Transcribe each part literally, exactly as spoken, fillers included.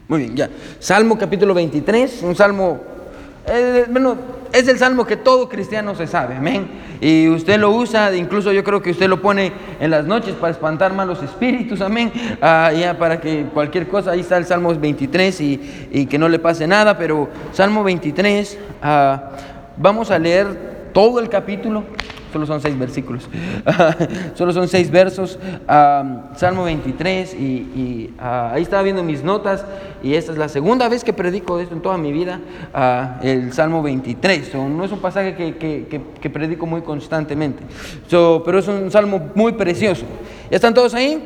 Muy bien, ya. Salmo capítulo veintitrés, un salmo, eh, bueno, es el salmo que todo cristiano se sabe, amén. Y usted lo usa, incluso yo creo que usted lo pone en las noches para espantar malos espíritus, amén. Ah, ya para que cualquier cosa, ahí está el Salmo veintitrés y, y que no le pase nada, pero Salmo veintitrés, ah, vamos a leer todo el capítulo. Solo son seis versículos, solo son seis versos, uh, Salmo veintitrés, y, y uh, ahí estaba viendo mis notas, y esta es la segunda vez que predico esto en toda mi vida, uh, el Salmo veintitrés. So, no es un pasaje que, que, que, que predico muy constantemente, so, pero es un salmo muy precioso. ¿Ya están todos ahí?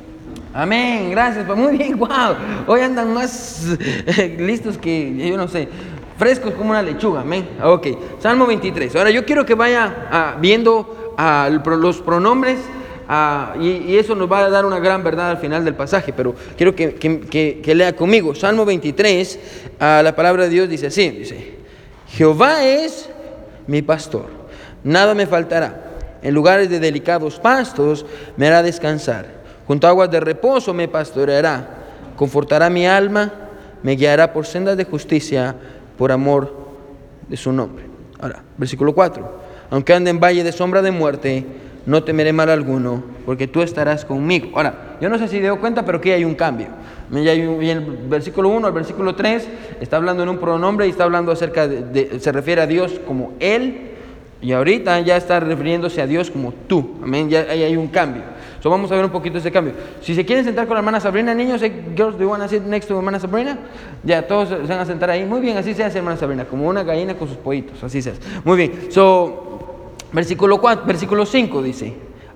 Amén, gracias, pues muy bien, wow, hoy andan más listos que, yo no sé, frescos como una lechuga, amén. Ok, Salmo veintitrés. Ahora yo quiero que vaya uh, viendo uh, los pronombres uh, y, y eso nos va a dar una gran verdad al final del pasaje, pero quiero que, que, que, que lea conmigo. Salmo veintitrés, uh, la palabra de Dios dice así, dice: Jehová es mi pastor, nada me faltará. En lugares de delicados pastos me hará descansar, junto a aguas de reposo me pastoreará, confortará mi alma, me guiará por sendas de justicia por amor de su nombre. Ahora, versículo cuatro. Aunque ande en valle de sombra de muerte, no temeré mal alguno, porque tú estarás conmigo. Ahora, yo no sé si se dio cuenta, pero aquí hay un cambio. Y en el versículo uno al versículo tres está hablando en un pronombre y está hablando acerca de, de, se refiere a Dios como Él, y ahorita ya está refiriéndose a Dios como tú. Amén, ya ahí hay un cambio. So, vamos a ver un poquito ese cambio. Si se quieren sentar con la hermana Sabrina, niños, hey, girls, do you want to sit next to hermana Sabrina? Ya, todos se van a sentar ahí. Muy bien, así se hace, hermana Sabrina, como una gallina con sus pollitos, así se hace. Muy bien. So, versículo cuatro, versículo cinco dice,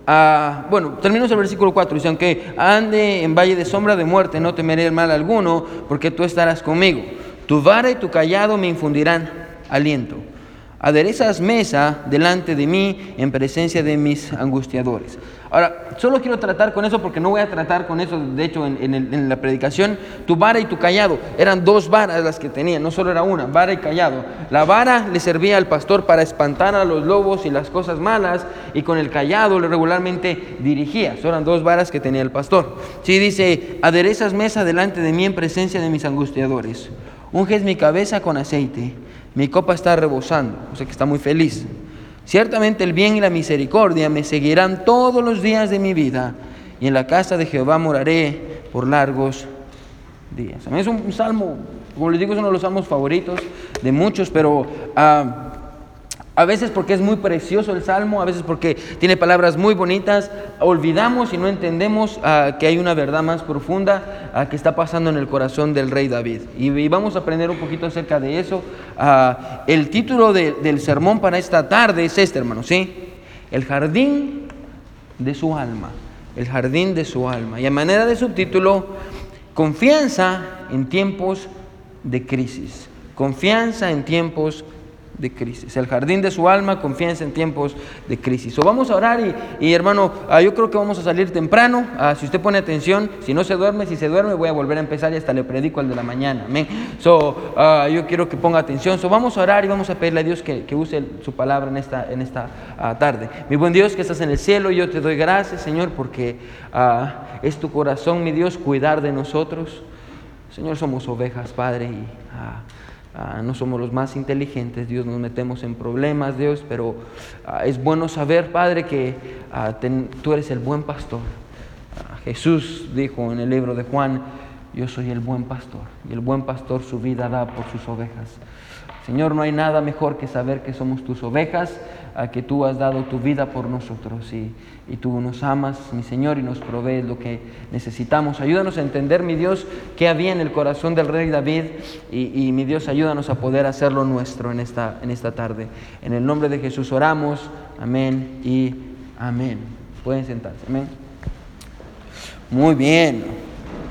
uh, bueno, terminamos el versículo cuatro, dice: aunque ande en valle de sombra de muerte, no temeré el mal alguno, porque tú estarás conmigo. Tu vara y tu cayado me infundirán aliento. Aderezas mesa delante de mí en presencia de mis angustiadores. Ahora, solo quiero tratar con eso porque no voy a tratar con eso, de hecho, en, en, el, en la predicación. Tu vara y tu cayado, eran dos varas las que tenía, no solo era una, vara y cayado. La vara le servía al pastor para espantar a los lobos y las cosas malas, y con el cayado le regularmente dirigía. Son eran dos varas que tenía el pastor. Sí, dice: aderezas mesa delante de mí en presencia de mis angustiadores. Unges mi cabeza con aceite, mi copa está rebosando, o sea que está muy feliz. Ciertamente el bien y la misericordia me seguirán todos los días de mi vida, y en la casa de Jehová moraré por largos días. A mí es un salmo, como les digo, es uno de los salmos favoritos de muchos, pero uh, a veces porque es muy precioso el salmo, a veces porque tiene palabras muy bonitas, olvidamos y no entendemos uh, que hay una verdad más profunda uh, que está pasando en el corazón del rey David. Y, y vamos a aprender un poquito acerca de eso. Uh, el título de, del sermón para esta tarde es este, hermano, ¿sí? El jardín de su alma. El jardín de su alma. Y a manera de subtítulo, confianza en tiempos de crisis. Confianza en tiempos de crisis. El jardín de su alma, confianza en tiempos de crisis. So, vamos a orar y, y hermano, uh, yo creo que vamos a salir temprano. Uh, si usted pone atención, si no se duerme, si se duerme, voy a volver a empezar y hasta le predico al de la mañana. Amén. So, uh, yo quiero que ponga atención. So, vamos a orar y vamos a pedirle a Dios que, que use su palabra en esta, en esta uh, tarde. Mi buen Dios que estás en el cielo, yo te doy gracias, Señor, porque uh, es tu corazón, mi Dios, cuidar de nosotros. Señor, somos ovejas, Padre, y uh, Uh, no somos los más inteligentes, Dios, nos metemos en problemas, Dios, pero uh, es bueno saber, Padre, que uh, ten, tú eres el buen pastor. Uh, Jesús dijo en el libro de Juan: yo soy el buen pastor, y el buen pastor su vida da por sus ovejas. Señor, no hay nada mejor que saber que somos tus ovejas, uh, que tú has dado tu vida por nosotros, y, y tú nos amas, mi Señor, y nos provees lo que necesitamos. Ayúdanos a entender, mi Dios, qué había en el corazón del rey David, y, y mi Dios, ayúdanos a poder hacerlo nuestro en esta, en esta tarde. En el nombre de Jesús oramos, amén y amén. Pueden sentarse, amén. Muy bien.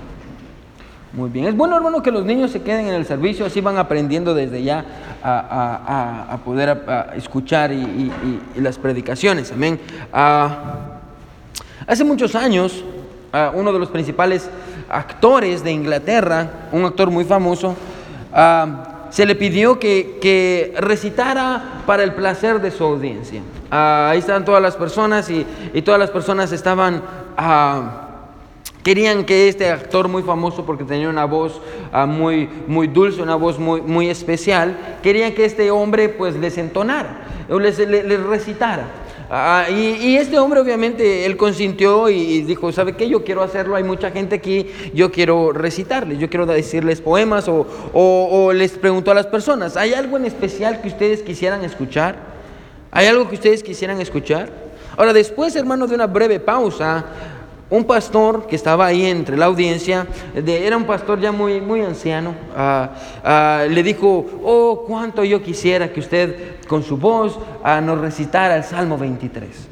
Muy bien. Es bueno, hermano, que los niños se queden en el servicio, así van aprendiendo desde ya a, a, a, a poder a, a escuchar y, y, y las predicaciones. Amén. Uh, hace muchos años, uh, uno de los principales actores de Inglaterra, un actor muy famoso, uh, se le pidió que, que recitara para el placer de su audiencia. Uh, ahí estaban todas las personas y, y todas las personas estaban Uh, Querían que este actor muy famoso, porque tenía una voz uh, muy, muy dulce, una voz muy, muy especial, querían que este hombre pues les entonara, o les, les, les recitara. Uh, y, y este hombre obviamente, él consintió y, y dijo, ¿sabe qué? Yo quiero hacerlo, hay mucha gente aquí, yo quiero recitarles, yo quiero decirles poemas, o, o, o les preguntó a las personas, ¿hay algo en especial que ustedes quisieran escuchar? ¿Hay algo que ustedes quisieran escuchar? Ahora, después, hermanos, de una breve pausa, un pastor que estaba ahí entre la audiencia, de, era un pastor ya muy, muy anciano, uh, uh, le dijo, oh, cuánto yo quisiera que usted con su voz uh, nos recitara el Salmo veintitrés.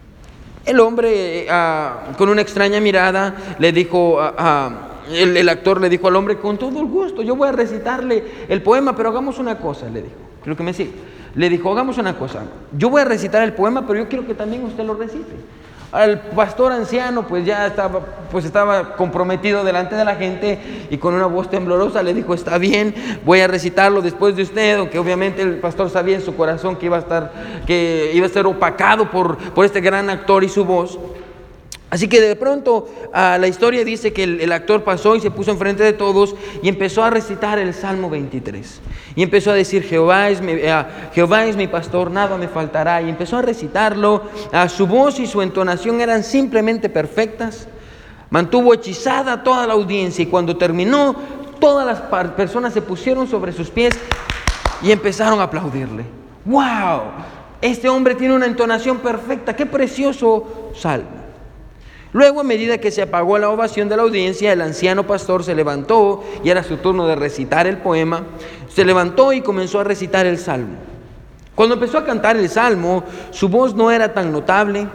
El hombre, uh, con una extraña mirada, le dijo, uh, uh, el, el actor le dijo al hombre, con todo el gusto, yo voy a recitarle el poema, pero hagamos una cosa, le dijo, creo que me sigue. Le dijo, hagamos una cosa, yo voy a recitar el poema, pero yo quiero que también usted lo recite. Al pastor anciano pues ya estaba, pues estaba comprometido delante de la gente y con una voz temblorosa le dijo, está bien, voy a recitarlo después de usted, aunque obviamente el pastor sabía en su corazón que iba a estar, que iba a ser opacado por, por este gran actor y su voz. Así que de pronto uh, la historia dice que el, el actor pasó y se puso enfrente de todos y empezó a recitar el Salmo veintitrés. Y empezó a decir, Jehová es mi, uh, Jehová es mi pastor, nada me faltará. Y empezó a recitarlo, uh, su voz y su entonación eran simplemente perfectas. Mantuvo hechizada toda la audiencia y cuando terminó, todas las personas se pusieron sobre sus pies y empezaron a aplaudirle. ¡Wow! Este hombre tiene una entonación perfecta, qué precioso salmo. Luego, a medida que se apagó la ovación de la audiencia, el anciano pastor se levantó y era su turno de recitar el poema. Se levantó y comenzó a recitar el salmo. Cuando empezó a cantar el salmo, su voz no era tan notable,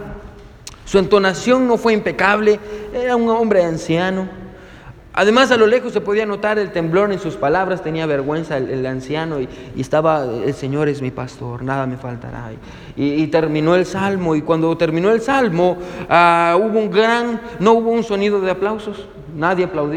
su entonación no fue impecable, era un hombre anciano. Además, a lo lejos se podía notar el temblor en sus palabras, tenía vergüenza el, el anciano y, y estaba, el Señor es mi pastor, nada me faltará. Y, y terminó el salmo y cuando terminó el salmo uh, hubo un gran, no hubo un sonido de aplausos, nadie aplaudió.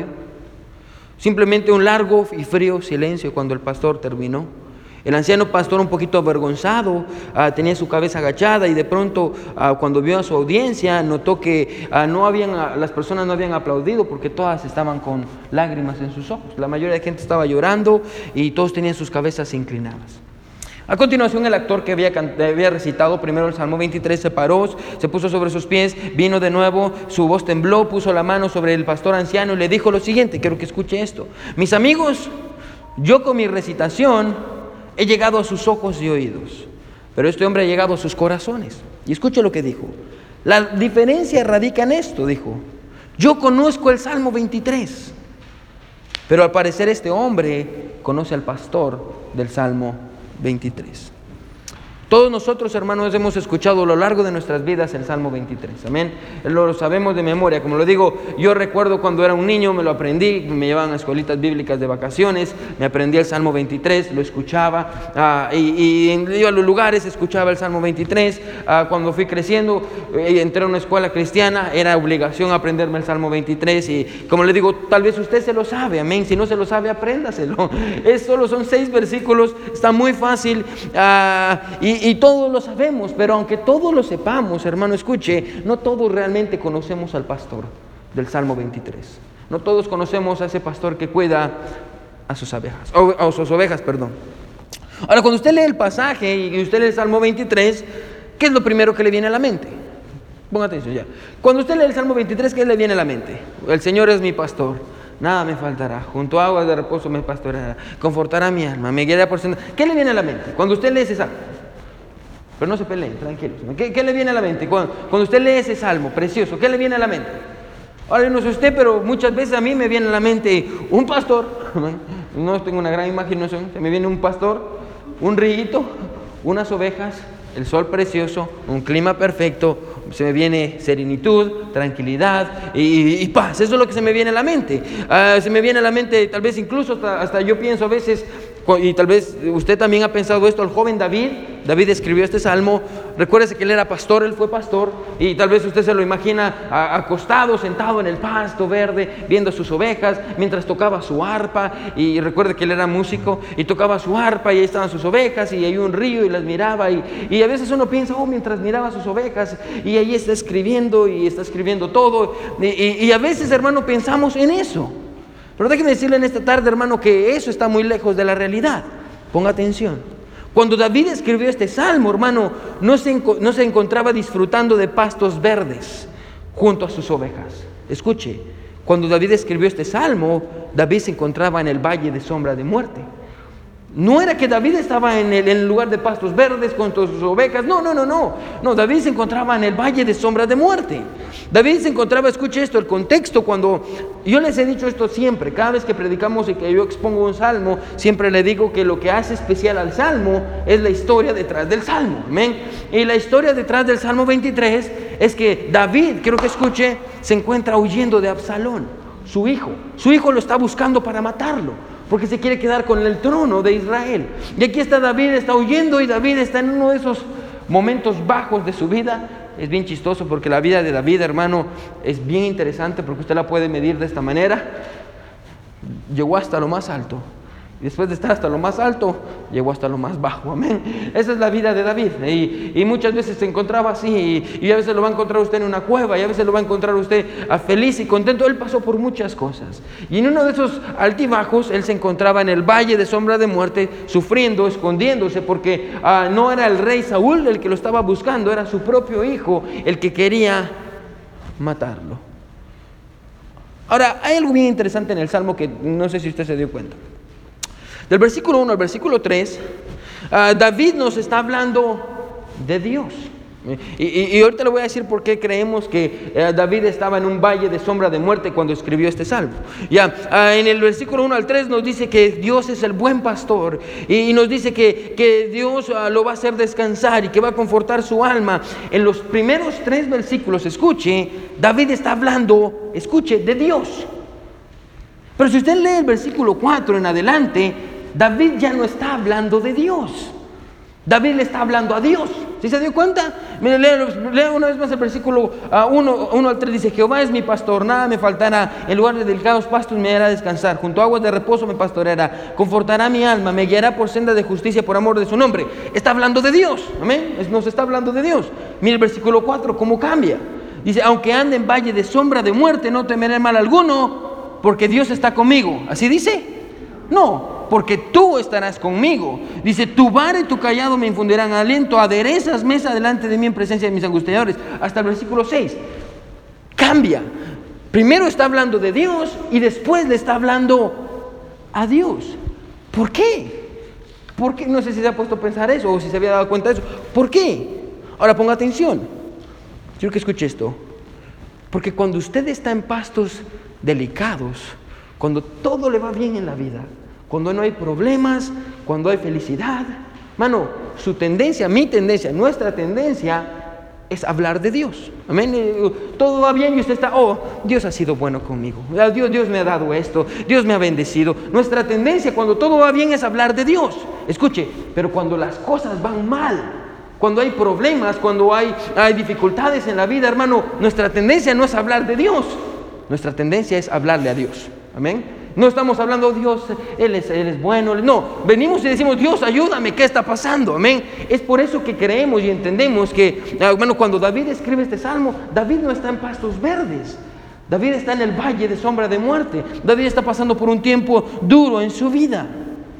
Simplemente un largo y frío silencio cuando el pastor terminó. El anciano pastor, un poquito avergonzado, uh, tenía su cabeza agachada y de pronto uh, cuando vio a su audiencia notó que uh, no habían, uh, las personas no habían aplaudido porque todas estaban con lágrimas en sus ojos. La mayoría de gente estaba llorando y todos tenían sus cabezas inclinadas. A continuación, el actor que había, había recitado primero el Salmo veintitrés se paró, se puso sobre sus pies, vino de nuevo, su voz tembló, puso la mano sobre el pastor anciano y le dijo lo siguiente, quiero que escuche esto. Mis amigos, yo con mi recitación he llegado a sus ojos y oídos, pero este hombre ha llegado a sus corazones. Y escuche lo que dijo. La diferencia radica en esto, dijo. Yo conozco el Salmo veintitrés, pero al parecer este hombre conoce al pastor del Salmo veintitrés. Todos nosotros, hermanos, hemos escuchado a lo largo de nuestras vidas el Salmo veintitrés, amén. Lo sabemos de memoria, como lo digo, yo recuerdo cuando era un niño, me lo aprendí, me llevaban a escuelitas bíblicas de vacaciones, me aprendí el Salmo veintitrés, lo escuchaba, uh, y, y iba a los lugares, escuchaba el Salmo veintitrés, uh, cuando fui creciendo, eh, entré a una escuela cristiana, era obligación aprenderme el Salmo veintitrés, y como le digo, tal vez usted se lo sabe, amén, si no se lo sabe, apréndaselo, es solo son seis versículos, está muy fácil, uh, y Y, y todos lo sabemos, pero aunque todos lo sepamos, hermano, escuche, no todos realmente conocemos al pastor del Salmo veintitrés. No todos conocemos a ese pastor que cuida a sus abejas, o a sus ovejas, perdón. Ahora, cuando usted lee el pasaje y usted lee el Salmo veintitrés, ¿qué es lo primero que le viene a la mente? Ponga atención ya. Cuando usted lee el Salmo veintitrés, ¿qué le viene a la mente? El Señor es mi pastor, nada me faltará, junto a aguas de reposo me pastoreará, confortará mi alma, me guiará por senda. ¿Qué le viene a la mente cuando usted lee ese salmo? Pero no se peleen, tranquilos. ¿Qué, ¿Qué le viene a la mente? Cuando, cuando usted lee ese salmo precioso, ¿qué le viene a la mente? Ahora no sé usted, pero muchas veces a mí me viene a la mente un pastor, no tengo una gran imaginación, se me viene un pastor, un riguito, unas ovejas, el sol precioso, un clima perfecto, se me viene serenitud, tranquilidad y, y paz. Eso es lo que se me viene a la mente. Uh, se me viene a la mente, tal vez incluso hasta, hasta yo pienso a veces, y tal vez usted también ha pensado esto, al joven David, David escribió este salmo. Recuérdese que él era pastor, él fue pastor, y tal vez usted se lo imagina acostado, sentado en el pasto verde, viendo sus ovejas, mientras tocaba su arpa. Y recuerde que él era músico y tocaba su arpa, y ahí estaban sus ovejas, y hay un río y las miraba. Y, y a veces uno piensa, oh, mientras miraba sus ovejas, y ahí está escribiendo, y está escribiendo todo. Y, y, y a veces, hermano, pensamos en eso. Pero déjeme decirle en esta tarde, hermano, que eso está muy lejos de la realidad. Ponga atención. Cuando David escribió este salmo, hermano, no se, no se encontraba disfrutando de pastos verdes junto a sus ovejas. Escuche, cuando David escribió este salmo, David se encontraba en el valle de sombra de muerte. No era que David estaba en el, en el lugar de pastos verdes con todas sus ovejas. No, no, no, no. No, David se encontraba en el valle de sombra de muerte. David se encontraba, escuche esto, el contexto. Cuando yo les he dicho esto siempre, cada vez que predicamos y que yo expongo un salmo, siempre le digo que lo que hace especial al salmo es la historia detrás del salmo. Amén. Y la historia detrás del salmo veintitrés es que David, quiero que escuche, se encuentra huyendo de Absalón, su hijo. Su hijo lo está buscando para matarlo, porque se quiere quedar con el trono de Israel. Y aquí está David, está huyendo, y David está en uno de esos momentos bajos de su vida. Es bien chistoso porque la vida de David, hermano, es bien interesante, porque usted la puede medir de esta manera. Llegó hasta lo más alto, y después de estar hasta lo más alto, llegó hasta lo más bajo. Amén. Esa es la vida de David. Y, y muchas veces se encontraba así, y, y a veces lo va a encontrar usted en una cueva, y a veces lo va a encontrar usted feliz y contento. Él pasó por muchas cosas. Y en uno de esos altibajos, él se encontraba en el valle de sombra de muerte, sufriendo, escondiéndose, porque uh, no era el rey Saúl el que lo estaba buscando, era su propio hijo el que quería matarlo. Ahora, hay algo bien interesante en el Salmo que no sé si usted se dio cuenta. Del versículo uno al versículo tres, uh, David nos está hablando de Dios. Y, y, y ahorita le voy a decir por qué creemos que uh, David estaba en un valle de sombra de muerte cuando escribió este salmo. Ya, uh, en el versículo uno al tres nos dice que Dios es el buen pastor, y, y nos dice que, que Dios uh, lo va a hacer descansar y que va a confortar su alma. En los primeros tres versículos, escuche, David está hablando, escuche, de Dios. Pero si usted lee el versículo cuatro en adelante, David ya no está hablando de Dios. David le está hablando a Dios. ¿Sí se dio cuenta? Mire, lea, lea una vez más el versículo uno al tres. Dice: Jehová es mi pastor, nada me faltará. En lugar de delicados pastos me hará descansar. Junto a aguas de reposo me pastoreará. Confortará mi alma, me guiará por senda de justicia por amor de su nombre. Está hablando de Dios. Amén. Nos está hablando de Dios. Mire el versículo cuatro, cómo cambia. Dice: aunque ande en valle de sombra de muerte, no temeré mal alguno, porque Dios está conmigo. ¿Así dice? No, porque tú estarás conmigo. Dice: tu vara y tu callado me infundirán aliento, aderezas mesa delante de mí en presencia de mis angustiadores. Hasta el versículo seis. Cambia. Primero está hablando de Dios y después le está hablando a Dios. ¿Por qué? ¿Por qué? No sé si se ha puesto a pensar eso o si se había dado cuenta de eso. ¿Por qué? Ahora ponga atención. Quiero que escuche esto. Porque cuando usted está en pastos delicados, cuando todo le va bien en la vida, cuando no hay problemas, cuando hay felicidad, mano, su tendencia, mi tendencia, nuestra tendencia es hablar de Dios. Amén. Todo va bien y usted está: oh, Dios ha sido bueno conmigo, Dios, Dios me ha dado esto, Dios me ha bendecido. Nuestra tendencia cuando todo va bien es hablar de Dios. Escuche, pero cuando las cosas van mal, cuando hay problemas, cuando hay, hay dificultades en la vida, hermano, nuestra tendencia no es hablar de Dios. Nuestra tendencia es hablarle a Dios. Amén. No estamos hablando: Dios, Él es, Él es bueno. No, venimos y decimos: Dios, ayúdame, ¿qué está pasando? Amén. Es por eso que creemos y entendemos que, bueno, cuando David escribe este salmo, David no está en pastos verdes. David está en el valle de sombra de muerte. David está pasando por un tiempo duro en su vida.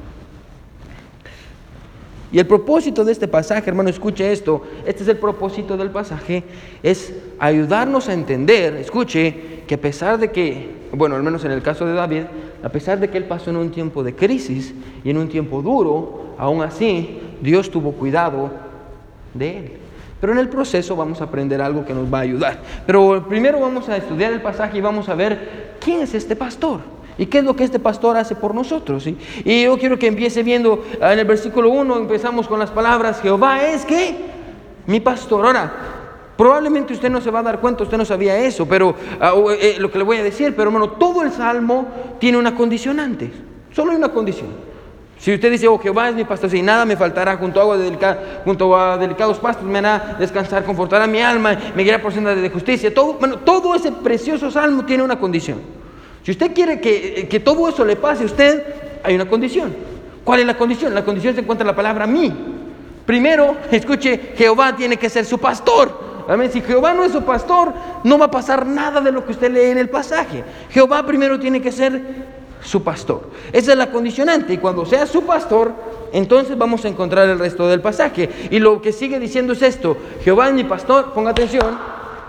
Y el propósito de este pasaje, hermano, escuche esto. Este es el propósito del pasaje. Es ayudarnos a entender, escuche, que a pesar de que, bueno, al menos en el caso de David, a pesar de que él pasó en un tiempo de crisis y en un tiempo duro, aún así, Dios tuvo cuidado de él. Pero en el proceso vamos a aprender algo que nos va a ayudar. Pero primero vamos a estudiar el pasaje y vamos a ver quién es este pastor. ¿Y qué es lo que este pastor hace por nosotros? ¿sí? Y yo quiero que empiece viendo en el versículo uno, empezamos con las palabras: Jehová es, ¿qué? Mi pastor. Ahora, probablemente usted no se va a dar cuenta, usted no sabía eso, pero uh, eh, lo que le voy a decir, pero hermano, todo el salmo tiene una condicionante. Solo hay una condición. Si usted dice, oh, Jehová es mi pastor, si nada me faltará, junto a, agua delica, junto a delicados pastos me hará descansar, confortará mi alma, me guiará por sendas de justicia. Todo, bueno, todo ese precioso salmo tiene una condición. Si usted quiere que, que todo eso le pase a usted, hay una condición. ¿Cuál es la condición? La condición se encuentra en la palabra mí. Primero, escuche, Jehová tiene que ser su pastor. Amén. Si Jehová no es su pastor, no va a pasar nada de lo que usted lee en el pasaje. Jehová primero tiene que ser su pastor. Esa es la condicionante. Y cuando sea su pastor, entonces vamos a encontrar el resto del pasaje. Y lo que sigue diciendo es esto: Jehová es mi pastor, ponga atención,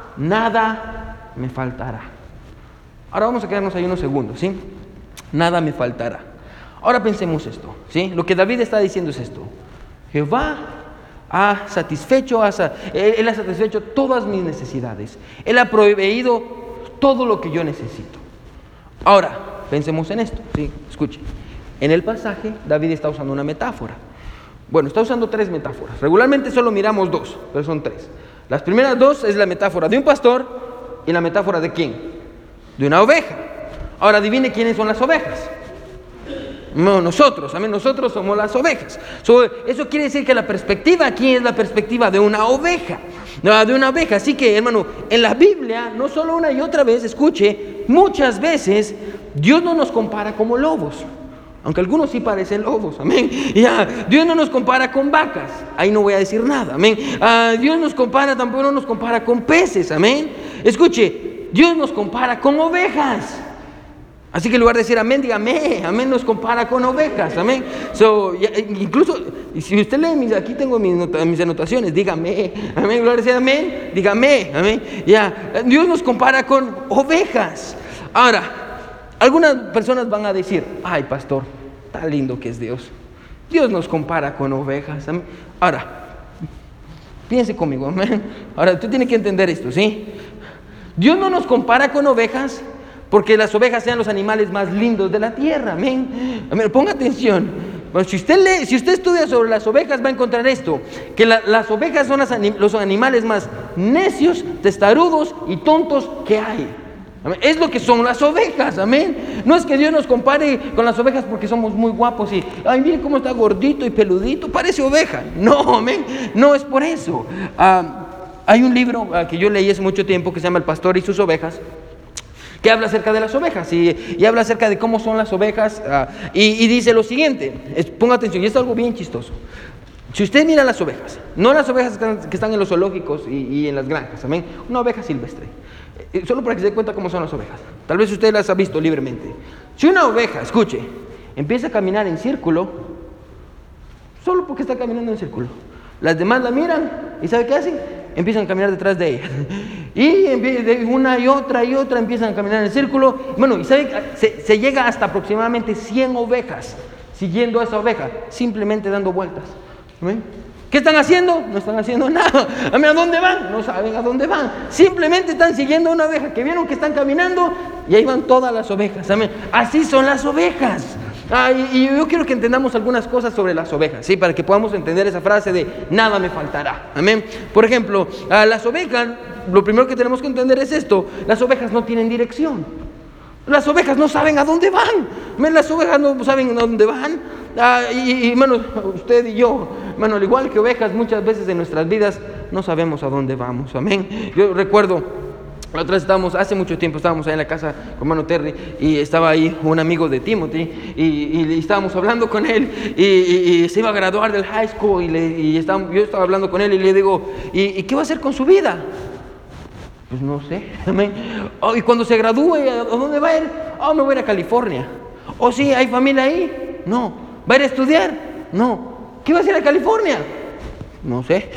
nada me faltará. Ahora vamos a quedarnos ahí unos segundos, ¿sí? Nada me faltará. Ahora pensemos esto, ¿sí? Lo que David está diciendo es esto: Jehová ha satisfecho, ha, él, él ha satisfecho todas mis necesidades. Él ha proveído todo lo que yo necesito. Ahora, pensemos en esto, ¿sí? Escuchen. En el pasaje, David está usando una metáfora. Bueno, está usando tres metáforas. Regularmente solo miramos dos, pero son tres. Las primeras dos es la metáfora de un pastor y la metáfora de ¿quién? De una oveja. Ahora, adivine quiénes son las ovejas. No, nosotros, amén, nosotros somos las ovejas. So, eso quiere decir que la perspectiva aquí es la perspectiva de una oveja, de una oveja. Así que, hermano, en la Biblia, no solo una y otra vez, escuche, muchas veces Dios no nos compara como lobos, aunque algunos sí parecen lobos, amén. Ya, Dios no nos compara con vacas, ahí no voy a decir nada, amén. Uh, Dios nos compara, tampoco no nos compara con peces, amén. Escuche, Dios nos compara con ovejas. Así que en lugar de decir amén, dígame, amén, nos compara con ovejas, amén. So, ya, incluso, si usted lee, mis, aquí tengo mis, nota, mis anotaciones, dígame, amén, en lugar de decir amén, dígame, amén. Ya, Dios nos compara con ovejas. Ahora, algunas personas van a decir, ay, pastor, tan lindo que es Dios. Dios nos compara con ovejas, amén. Ahora, piense conmigo, amén. Ahora, usted tiene que entender esto, ¿sí? Dios no nos compara con ovejas porque las ovejas sean los animales más lindos de la tierra, amén. Amén. Ponga atención. Bueno, si usted lee, si usted estudia sobre las ovejas, va a encontrar esto: que la, las ovejas son las, los animales más necios, testarudos y tontos que hay. Amén. Es lo que son las ovejas, amén. No es que Dios nos compare con las ovejas porque somos muy guapos y, ay, miren cómo está gordito y peludito, parece oveja. No, amén. No es por eso. Ah, hay un libro ah, que yo leí hace mucho tiempo que se llama El pastor y sus ovejas, que habla acerca de las ovejas y, y habla acerca de cómo son las ovejas uh, y, y dice lo siguiente, es, ponga atención, y es algo bien chistoso. Si usted mira las ovejas, no las ovejas que están, que están en los zoológicos y, y en las granjas, amén, una oveja silvestre, eh, solo para que se dé cuenta cómo son las ovejas, tal vez usted las ha visto libremente. Si una oveja, escuche, empieza a caminar en círculo, solo porque está caminando en círculo, las demás la miran y ¿sabe qué hacen? Empiezan a caminar detrás de ella. Y una y otra y otra empiezan a caminar en el círculo. Bueno, y sabe, se, se llega hasta aproximadamente cien ovejas siguiendo a esa oveja, simplemente dando vueltas. ¿Ven? ¿Qué están haciendo? No están haciendo nada. ¿A dónde van? No saben a dónde van. Simplemente están siguiendo a una oveja que vieron que están caminando y ahí van todas las ovejas. Amén. Así son las ovejas. Ah, y, y yo quiero que entendamos algunas cosas sobre las ovejas, ¿sí? Para que podamos entender esa frase de nada me faltará. Amén. Por ejemplo, a las ovejas, lo primero que tenemos que entender es esto: las ovejas no tienen dirección. Las ovejas no saben a dónde van. Amén. Las ovejas no saben a dónde van. Ah, y, y, bueno, usted y yo, bueno, al igual que ovejas, muchas veces en nuestras vidas no sabemos a dónde vamos. Amén. Yo recuerdo, la otra vez estábamos, hace mucho tiempo estábamos ahí en la casa con hermano Terry y estaba ahí un amigo de Timothy y, y, y estábamos hablando con él y, y, y se iba a graduar del high school y, le, y estaba, yo estaba hablando con él y le digo, ¿y, y qué va a hacer con su vida? Pues no sé. Oh, y cuando se gradúe, ¿a dónde va a ir? Oh, me voy a ir a California. Oh, sí, ¿hay familia ahí? No. ¿Va a ir a estudiar? No. ¿Qué va a hacer a California? No sé.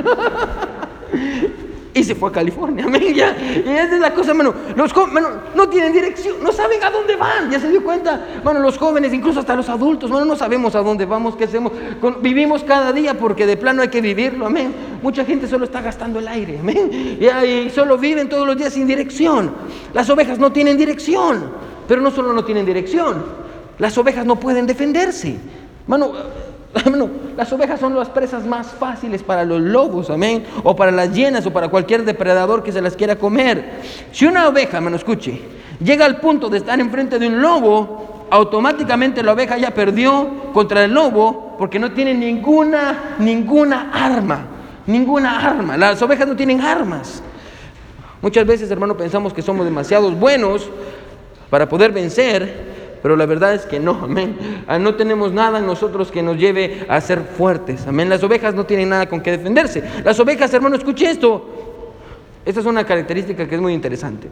Y se fue a California, amén, ya. Y esa es la cosa, hermano. Los jóvenes, no tienen dirección, no saben a dónde van, ya se dio cuenta. Bueno, los jóvenes, incluso hasta los adultos, bueno, no sabemos a dónde vamos, qué hacemos. Con, vivimos cada día porque de plano hay que vivirlo, amén. Mucha gente solo está gastando el aire, amén. Ya, y solo viven todos los días sin dirección. Las ovejas no tienen dirección, pero no solo no tienen dirección, las ovejas no pueden defenderse, hermano. Bueno, las ovejas son las presas más fáciles para los lobos, amén, o para las hienas o para cualquier depredador que se las quiera comer. Si una oveja, hermano, escuche, llega al punto de estar enfrente de un lobo, automáticamente la oveja ya perdió contra el lobo porque no tiene ninguna, ninguna arma, ninguna arma. Las ovejas no tienen armas. Muchas veces, hermano, pensamos que somos demasiados buenos para poder vencer, pero la verdad es que no, amén. No tenemos nada en nosotros que nos lleve a ser fuertes, amén. Las ovejas no tienen nada con que defenderse. Las ovejas, hermano, escuche esto. Esta es una característica que es muy interesante.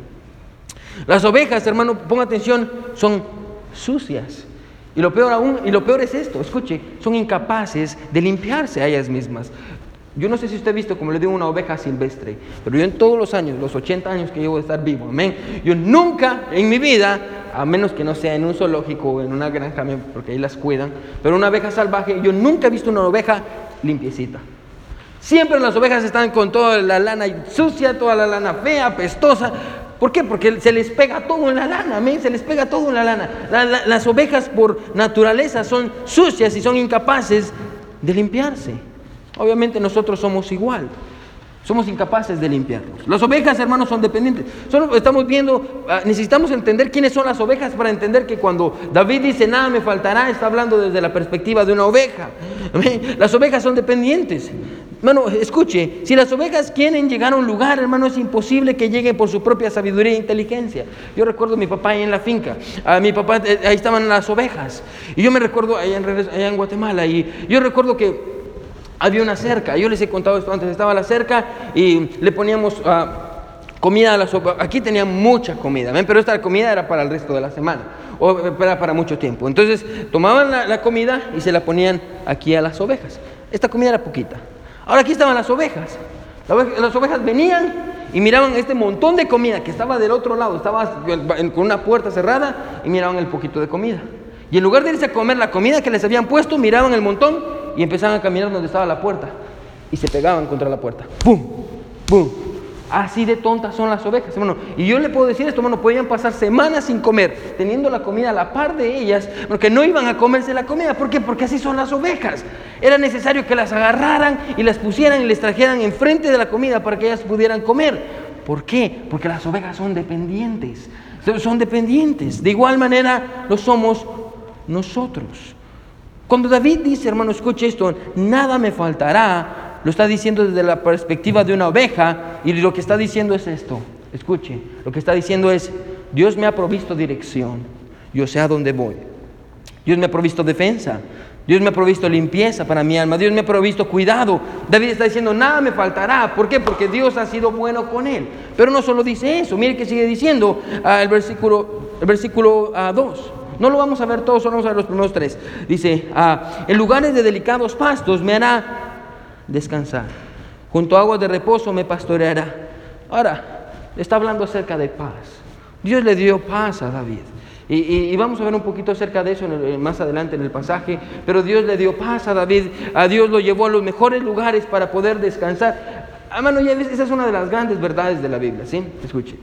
Las ovejas, hermano, ponga atención, son sucias. Y lo peor aún, y lo peor es esto, escuche, son incapaces de limpiarse a ellas mismas. Yo no sé si usted ha visto, como le digo, una oveja silvestre, pero yo en todos los años, los ochenta años que llevo de estar vivo, amén, yo nunca en mi vida, a menos que no sea en un zoológico o en una granja, porque ahí las cuidan, pero una oveja salvaje, yo nunca he visto una oveja limpiecita. Siempre las ovejas están con toda la lana sucia, toda la lana fea, apestosa. ¿Por qué? Porque se les pega todo en la lana, amén, se les pega todo en la lana. La, la, las ovejas por naturaleza son sucias y son incapaces de limpiarse. Obviamente nosotros somos igual, somos incapaces de limpiarnos. Las ovejas, hermanos, son dependientes. Solo estamos viendo, uh, necesitamos entender quiénes son las ovejas para entender que cuando David dice nada me faltará, está hablando desde la perspectiva de una oveja. ¿Amén? Las ovejas son dependientes. Hermano, escuche, si las ovejas quieren llegar a un lugar, hermano, es imposible que lleguen por su propia sabiduría e inteligencia. Yo recuerdo a mi papá ahí en la finca, a mi papá, eh, ahí estaban las ovejas, y yo me recuerdo allá en, allá en Guatemala, y yo recuerdo que había una cerca. Yo les he contado esto antes. Estaba la cerca y le poníamos uh, comida a las ovejas. Aquí tenía mucha comida, ¿ven? Pero esta comida era para el resto de la semana, o era para mucho tiempo. Entonces tomaban la, la comida y se la ponían aquí a las ovejas. Esta comida era poquita. Ahora aquí estaban las ovejas. Las ovejas venían y miraban este montón de comida que estaba del otro lado. Estaba con una puerta cerrada y miraban el poquito de comida. Y en lugar de irse a comer la comida que les habían puesto, miraban el montón y empezaban a caminar donde estaba la puerta y se pegaban contra la puerta. ¡Pum! ¡Pum! Así de tontas son las ovejas, hermano. Y yo le puedo decir esto, hermano, podían pasar semanas sin comer, teniendo la comida a la par de ellas, porque no iban a comerse la comida. ¿Por qué? Porque así son las ovejas. Era necesario que las agarraran y las pusieran y les trajeran enfrente de la comida para que ellas pudieran comer. ¿Por qué? Porque las ovejas son dependientes. Son dependientes. De igual manera lo somos nosotros. Cuando David dice, hermano, escuche esto, nada me faltará, lo está diciendo desde la perspectiva de una oveja, y lo que está diciendo es esto, escuche, lo que está diciendo es, Dios me ha provisto dirección, yo sé a dónde voy, Dios me ha provisto defensa, Dios me ha provisto limpieza para mi alma, Dios me ha provisto cuidado. David está diciendo, nada me faltará. ¿Por qué? Porque Dios ha sido bueno con él. Pero no solo dice eso, mire que sigue diciendo uh, el versículo, el versículo uh, dos. No lo vamos a ver todos, solo vamos a ver los primeros tres. Dice, ah, en lugares de delicados pastos me hará descansar. Junto a aguas de reposo me pastoreará. Ahora, está hablando acerca de paz. Dios le dio paz a David. Y, y, y vamos a ver un poquito acerca de eso en el, más adelante en el pasaje. Pero Dios le dio paz a David. A Dios lo llevó a los mejores lugares para poder descansar. Hermano, ya ves, esa es una de las grandes verdades de la Biblia, ¿sí? Escuche.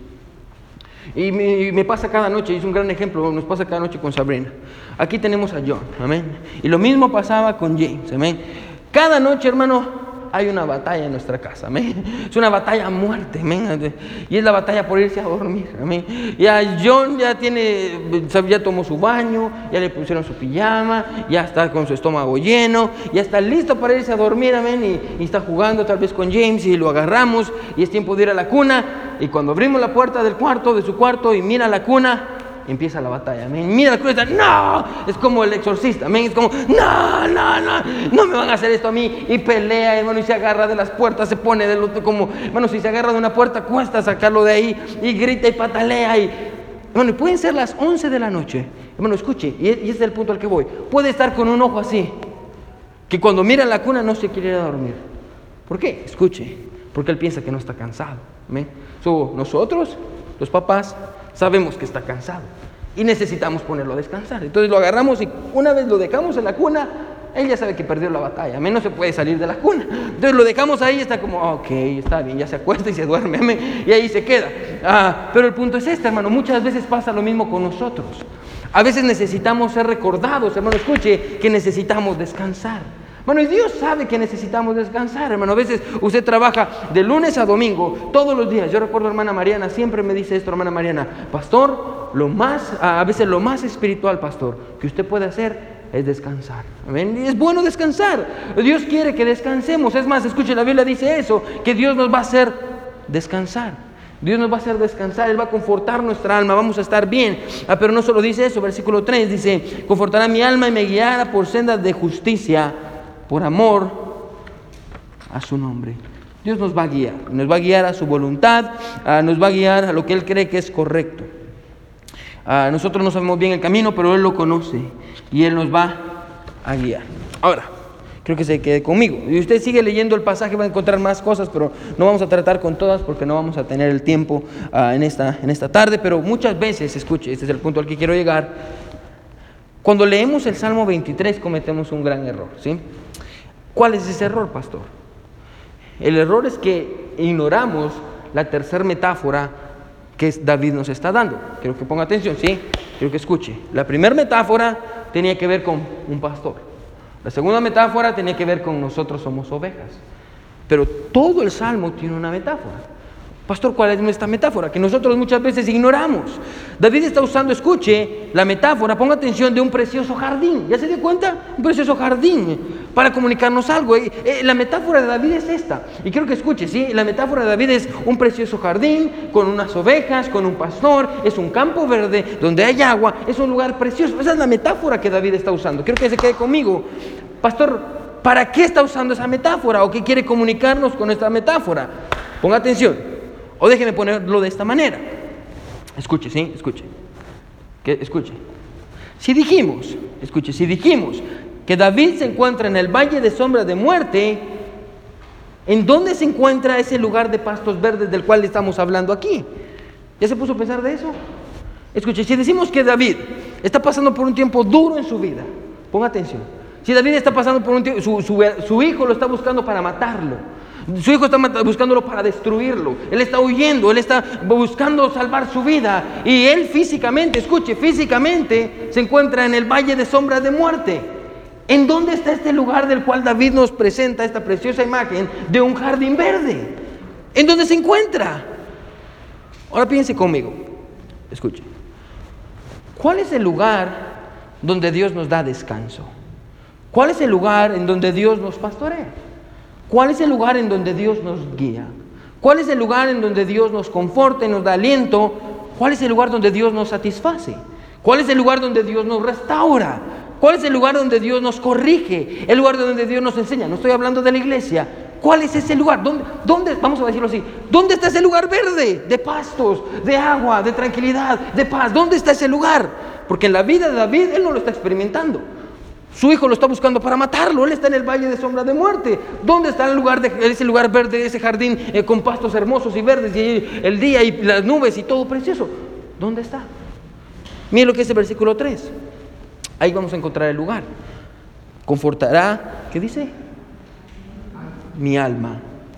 Y me, me pasa cada noche, y es un gran ejemplo, nos pasa cada noche con Sabrina. Aquí tenemos a John, amén. Y lo mismo pasaba con James, amén. Cada noche, hermano, hay una batalla en nuestra casa, amén. Es una batalla a muerte, amén. Y es la batalla por irse a dormir, amén. Ya John ya tiene, ya tomó su baño, ya le pusieron su pijama, ya está con su estómago lleno, ya está listo para irse a dormir, amén. Y, y está jugando tal vez con James y lo agarramos y es tiempo de ir a la cuna. Y cuando abrimos la puerta del cuarto, de su cuarto, y mira la cuna, empieza la batalla, amén. Mira la cuna y está, no, es como el exorcista, amén. Es como, no, no, no, no me van a hacer esto a mí. Y pelea, hermano, y se agarra de las puertas, se pone del otro, como, hermano, si se agarra de una puerta, cuesta sacarlo de ahí, y grita y patalea. Y, hermano, y pueden ser las once de la noche, hermano, escuche, y ese es el punto al que voy. Puede estar con un ojo así, que cuando mira la cuna no se quiere ir a dormir. ¿Por qué? Escuche, porque él piensa que no está cansado, amén. So, nosotros, los papás, sabemos que está cansado y necesitamos ponerlo a descansar. Entonces lo agarramos y una vez lo dejamos en la cuna, él ya sabe que perdió la batalla, amén, no se puede salir de la cuna. Entonces lo dejamos ahí y está como, ok, está bien, ya se acuesta y se duerme, amén, y ahí se queda. Ah, pero el punto es este, hermano, muchas veces pasa lo mismo con nosotros. A veces necesitamos ser recordados, hermano, escuche, que necesitamos descansar. Bueno, y Dios sabe que necesitamos descansar, hermano. A veces usted trabaja de lunes a domingo, todos los días. Yo recuerdo, hermana Mariana, siempre me dice esto, hermana Mariana, pastor, lo más, a veces lo más espiritual, pastor, que usted puede hacer es descansar. ¿Amén? Y es bueno descansar. Dios quiere que descansemos. Es más, escuche, la Biblia dice eso, que Dios nos va a hacer descansar. Dios nos va a hacer descansar, Él va a confortar nuestra alma, vamos a estar bien. Ah, pero no solo dice eso, versículo tres dice, confortará mi alma y me guiará por sendas de justicia, por amor a su nombre. Dios nos va a guiar, nos va a guiar a su voluntad, ah, nos va a guiar a lo que Él cree que es correcto. Ah, nosotros no sabemos bien el camino, pero Él lo conoce y Él nos va a guiar. Ahora, creo que se quede conmigo. Y usted sigue leyendo el pasaje, va a encontrar más cosas, pero no vamos a tratar con todas porque no vamos a tener el tiempo uh, en, esta, en esta tarde. Pero muchas veces, escuche, este es el punto al que quiero llegar, cuando leemos el Salmo veintitrés cometemos un gran error, ¿sí? ¿Cuál es ese error, pastor? El error es que ignoramos la tercera metáfora que David nos está dando. Quiero que ponga atención, ¿sí? Quiero que escuche. La primera metáfora tenía que ver con un pastor. La segunda metáfora tenía que ver con nosotros somos ovejas. Pero todo el Salmo tiene una metáfora. Pastor, ¿cuál es esta metáfora? Que nosotros muchas veces ignoramos. David está usando, escuche, la metáfora, ponga atención, de un precioso jardín. ¿Ya se dio cuenta? Un precioso jardín para comunicarnos algo. Eh, eh, la metáfora de David es esta. Y quiero que escuche, ¿sí? La metáfora de David es un precioso jardín con unas ovejas, con un pastor. Es un campo verde donde hay agua. Es un lugar precioso. Esa es la metáfora que David está usando. Quiero que se quede conmigo. Pastor, ¿para qué está usando esa metáfora? ¿O qué quiere comunicarnos con esta metáfora? Ponga atención. O déjeme ponerlo de esta manera. Escuche, ¿sí? Escuche. Que, escuche. Si dijimos, escuche, si dijimos que David se encuentra en el valle de sombra de muerte, ¿en dónde se encuentra ese lugar de pastos verdes del cual estamos hablando aquí? ¿Ya se puso a pensar de eso? Escuche, si decimos que David está pasando por un tiempo duro en su vida, ponga atención. Si David está pasando por un tiempo, su, su, su hijo lo está buscando para matarlo. Su hijo está buscándolo para destruirlo. Él está huyendo, él está buscando salvar su vida. Y él físicamente, escuche, físicamente se encuentra en el valle de sombra de muerte. ¿En dónde está este lugar del cual David nos presenta esta preciosa imagen de un jardín verde? ¿En dónde se encuentra? Ahora piense conmigo, escuche. ¿Cuál es el lugar donde Dios nos da descanso? ¿Cuál es el lugar en donde Dios nos pastorea? ¿Cuál es el lugar en donde Dios nos guía? ¿Cuál es el lugar en donde Dios nos conforta y nos da aliento? ¿Cuál es el lugar donde Dios nos satisface? ¿Cuál es el lugar donde Dios nos restaura? ¿Cuál es el lugar donde Dios nos corrige? El lugar donde Dios nos enseña. No estoy hablando de la iglesia. ¿Cuál es ese lugar? ¿Dónde, dónde, vamos a decirlo así, ¿dónde está ese lugar verde? De pastos, de agua, de tranquilidad, de paz. ¿Dónde está ese lugar? Porque en la vida de David, él no lo está experimentando. Su hijo lo está buscando para matarlo. Él está en el valle de sombra de muerte. ¿Dónde está el lugar de, ese lugar verde, ese jardín eh, con pastos hermosos y verdes y el día y las nubes y todo precioso? ¿Dónde está? Mire lo que es el versículo tres. Ahí vamos a encontrar el lugar. Confortará, ¿qué dice? Mi alma.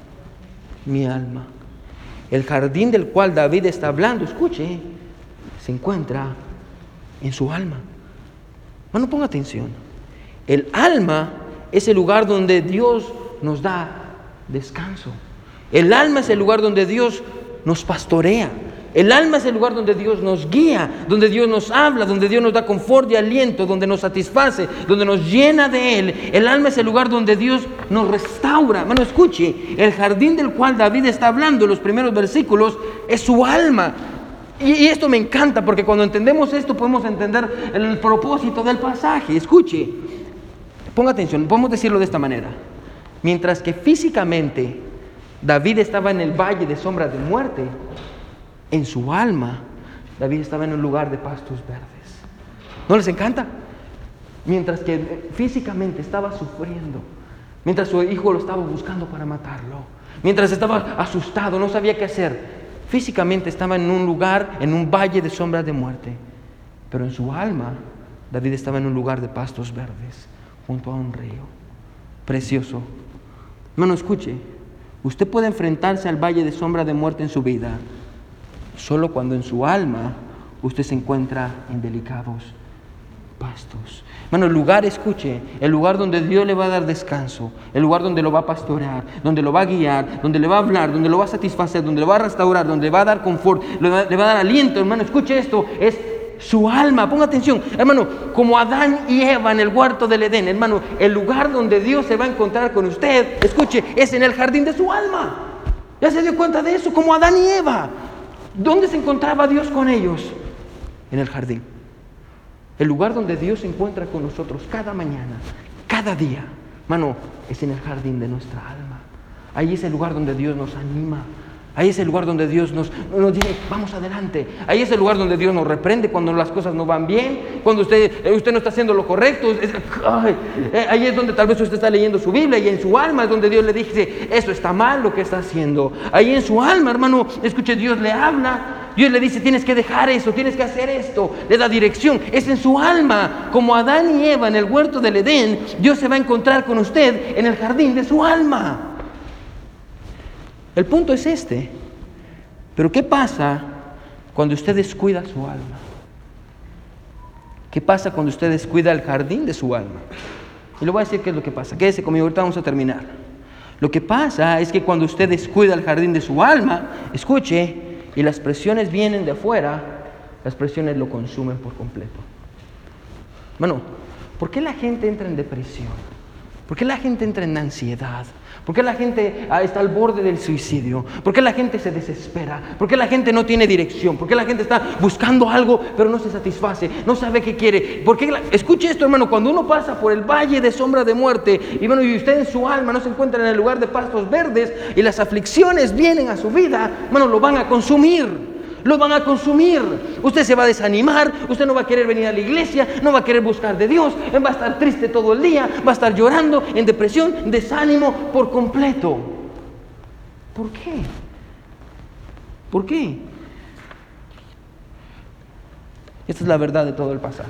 Mi alma. El jardín del cual David está hablando, escuche, se encuentra en su alma. Bueno, ponga atención. El alma es el lugar donde Dios nos da descanso. El alma es el lugar donde Dios nos pastorea. El alma es el lugar donde Dios nos guía, donde Dios nos habla, donde Dios nos da confort y aliento, donde nos satisface, donde nos llena de Él. El alma es el lugar donde Dios nos restaura. Bueno, escuche, el jardín del cual David está hablando en los primeros versículos es su alma. Y, y esto me encanta porque cuando entendemos esto podemos entender el propósito del pasaje. Escuche, ponga atención, podemos decirlo de esta manera. Mientras que físicamente David estaba en el valle de sombra de muerte, en su alma David estaba en un lugar de pastos verdes. ¿No les encanta? Mientras que físicamente estaba sufriendo, mientras su hijo lo estaba buscando para matarlo, mientras estaba asustado, no sabía qué hacer, físicamente estaba en un lugar, en un valle de sombra de muerte, pero en su alma David estaba en un lugar de pastos verdes, junto a un río precioso. Hermano, escuche, usted puede enfrentarse al valle de sombra de muerte en su vida solo cuando en su alma usted se encuentra en delicados pastos. Hermano, el lugar, escuche, el lugar donde Dios le va a dar descanso, el lugar donde lo va a pastorear, donde lo va a guiar, donde le va a hablar, donde lo va a satisfacer, donde lo va a restaurar, donde le va a dar confort, le va, le va a dar aliento. Hermano, escuche esto, es su alma. Ponga atención, hermano, como Adán y Eva en el huerto del Edén, hermano, el lugar donde Dios se va a encontrar con usted, escuche, es en el jardín de su alma. ¿Ya se dio cuenta de eso? Como Adán y Eva. ¿Dónde se encontraba Dios con ellos? En el jardín. El lugar donde Dios se encuentra con nosotros cada mañana, cada día, hermano, es en el jardín de nuestra alma. Ahí es el lugar donde Dios nos anima. Ahí es el lugar donde Dios nos, nos dice, vamos adelante. Ahí es el lugar donde Dios nos reprende cuando las cosas no van bien, cuando usted, usted no está haciendo lo correcto. Es, ay, ahí es donde tal vez usted está leyendo su Biblia y en su alma es donde Dios le dice, eso está mal lo que está haciendo. Ahí en su alma, hermano, escuche, Dios le habla. Dios le dice, tienes que dejar eso, tienes que hacer esto. Le da dirección. Es en su alma. Como Adán y Eva en el huerto del Edén, Dios se va a encontrar con usted en el jardín de su alma. El punto es este. Pero ¿qué pasa cuando usted descuida su alma? ¿Qué pasa cuando usted descuida el jardín de su alma? Y le voy a decir qué es lo que pasa. Quédese conmigo, ahorita vamos a terminar. Lo que pasa es que cuando usted descuida el jardín de su alma, escuche, y las presiones vienen de afuera, las presiones lo consumen por completo. Bueno, ¿por qué la gente entra en depresión? ¿Por qué la gente entra en ansiedad? ¿Por qué la gente está al borde del suicidio? ¿Por qué la gente se desespera? ¿Por qué la gente no tiene dirección? ¿Por qué la gente está buscando algo pero no se satisface? No sabe qué quiere. ¿Por qué la... Escuche esto, hermano, cuando uno pasa por el valle de sombra de muerte y, bueno, y usted en su alma no se encuentra en el lugar de pastos verdes y las aflicciones vienen a su vida, hermano, lo van a consumir. Lo van a consumir. Usted se va a desanimar, usted no va a querer venir a la iglesia, no va a querer buscar de Dios, va a estar triste todo el día, va a estar llorando, en depresión, desánimo por completo. ¿Por qué? ¿Por qué? Esta es la verdad de todo el pasaje.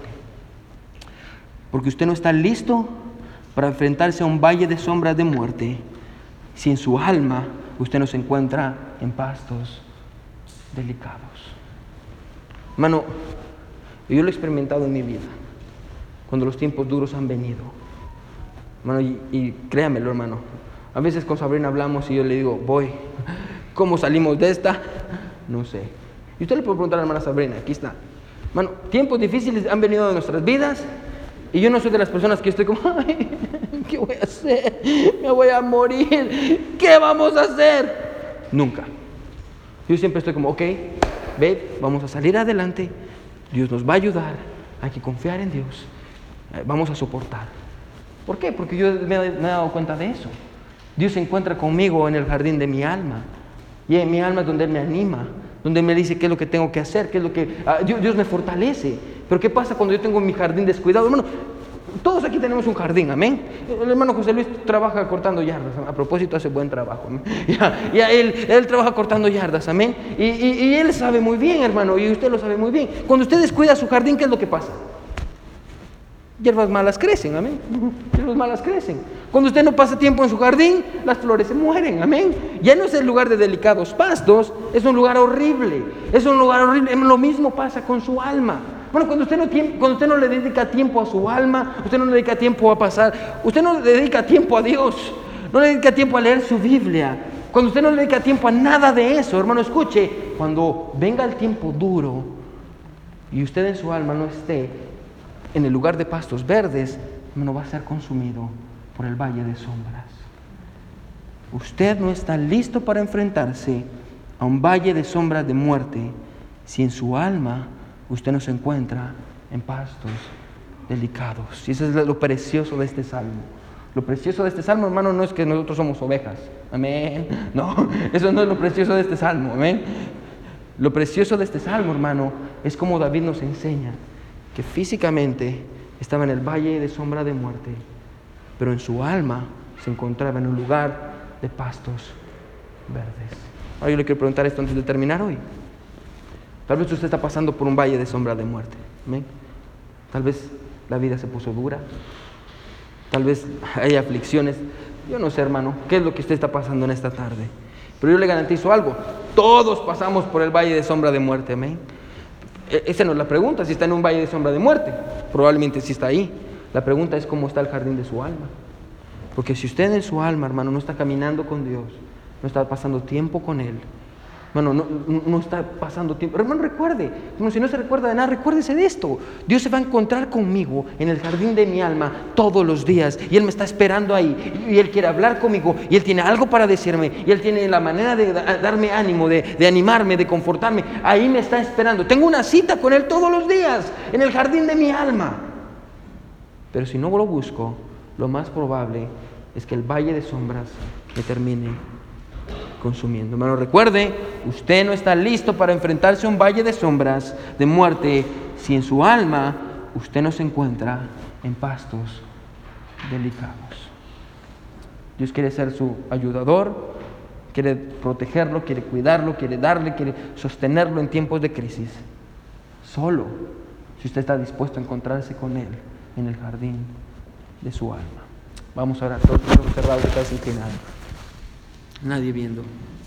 Porque usted no está listo para enfrentarse a un valle de sombras de muerte si en su alma usted no se encuentra en pastos delicados. Hermano, yo lo he experimentado en mi vida cuando los tiempos duros han venido, hermano, y, y créamelo, hermano, a veces con Sabrina hablamos y yo le digo, voy, ¿cómo salimos de esta? No sé. Y usted le puede preguntar a la hermana Sabrina, aquí está, hermano, tiempos difíciles han venido a nuestras vidas y yo no soy de las personas que estoy como, ay, ¿qué voy a hacer? Me voy a morir, ¿qué vamos a hacer? Nunca. Yo siempre estoy como, ok, ve, vamos a salir adelante, Dios nos va a ayudar, hay que confiar en Dios, vamos a soportar. ¿Por qué? Porque yo me he dado cuenta de eso. Dios se encuentra conmigo en el jardín de mi alma, y en mi alma es donde Él me anima, donde Él me dice qué es lo que tengo que hacer, qué es lo que... Uh, Dios, Dios me fortalece. Pero ¿qué pasa cuando yo tengo mi jardín descuidado? Hermano, todos aquí tenemos un jardín, amén. El hermano José Luis trabaja cortando yardas, a propósito hace buen trabajo, amén. Ya, ya él, él trabaja cortando yardas, amén. Y, y, y él sabe muy bien, hermano, y usted lo sabe muy bien. Cuando usted descuida su jardín, ¿qué es lo que pasa? Hierbas malas crecen, amén. Hierbas malas crecen. Cuando usted no pasa tiempo en su jardín, las flores se mueren, amén. Ya no es el lugar de delicados pastos, es un lugar horrible. Es un lugar horrible. Lo mismo pasa con su alma. Bueno, cuando usted, no tiempo, cuando usted no le dedica tiempo a su alma, usted no le dedica tiempo a pasar, usted no le dedica tiempo a Dios, no le dedica tiempo a leer su Biblia, cuando usted no le dedica tiempo a nada de eso, hermano, escuche, cuando venga el tiempo duro y usted en su alma no esté en el lugar de pastos verdes, hermano, va a ser consumido por el valle de sombras. Usted no está listo para enfrentarse a un valle de sombras de muerte si en su alma usted no se encuentra en pastos delicados. Y eso es lo precioso de este salmo. Lo precioso de este salmo, hermano, no es que nosotros somos ovejas. Amén. No, eso no es lo precioso de este salmo. Amén. Lo precioso de este salmo, hermano, es como David nos enseña que físicamente estaba en el valle de sombra de muerte, pero en su alma se encontraba en un lugar de pastos verdes. Ahora yo le quiero preguntar esto antes de terminar hoy. Tal vez usted está pasando por un valle de sombra de muerte. ¿Amén? Tal vez la vida se puso dura. Tal vez hay aflicciones. Yo no sé, hermano, qué es lo que usted está pasando en esta tarde. Pero yo le garantizo algo. Todos pasamos por el valle de sombra de muerte. Amén. Esa no es la pregunta, si está en un valle de sombra de muerte. Probablemente sí está ahí. La pregunta es cómo está el jardín de su alma. Porque si usted en su alma, hermano, no está caminando con Dios, no está pasando tiempo con Él, hermano, no, no, no está pasando tiempo. Hermano, recuerde, hermano, si no se recuerda de nada, recuérdese de esto. Dios se va a encontrar conmigo en el jardín de mi alma todos los días. Y Él me está esperando ahí. Y Él quiere hablar conmigo. Y Él tiene algo para decirme. Y Él tiene la manera de darme ánimo, de, de animarme, de confortarme. Ahí me está esperando. Tengo una cita con Él todos los días en el jardín de mi alma. Pero si no lo busco, lo más probable es que el valle de sombras me termine consumiendo. Hermano, recuerde, usted no está listo para enfrentarse a un valle de sombras de muerte si en su alma usted no se encuentra en pastos delicados. Dios quiere ser su ayudador, quiere protegerlo, quiere cuidarlo, quiere darle, quiere sostenerlo en tiempos de crisis. Solo si usted está dispuesto a encontrarse con Él en el jardín de su alma. Vamos a orar, todos los ojos cerrados y casi inclinados. Nadie viendo.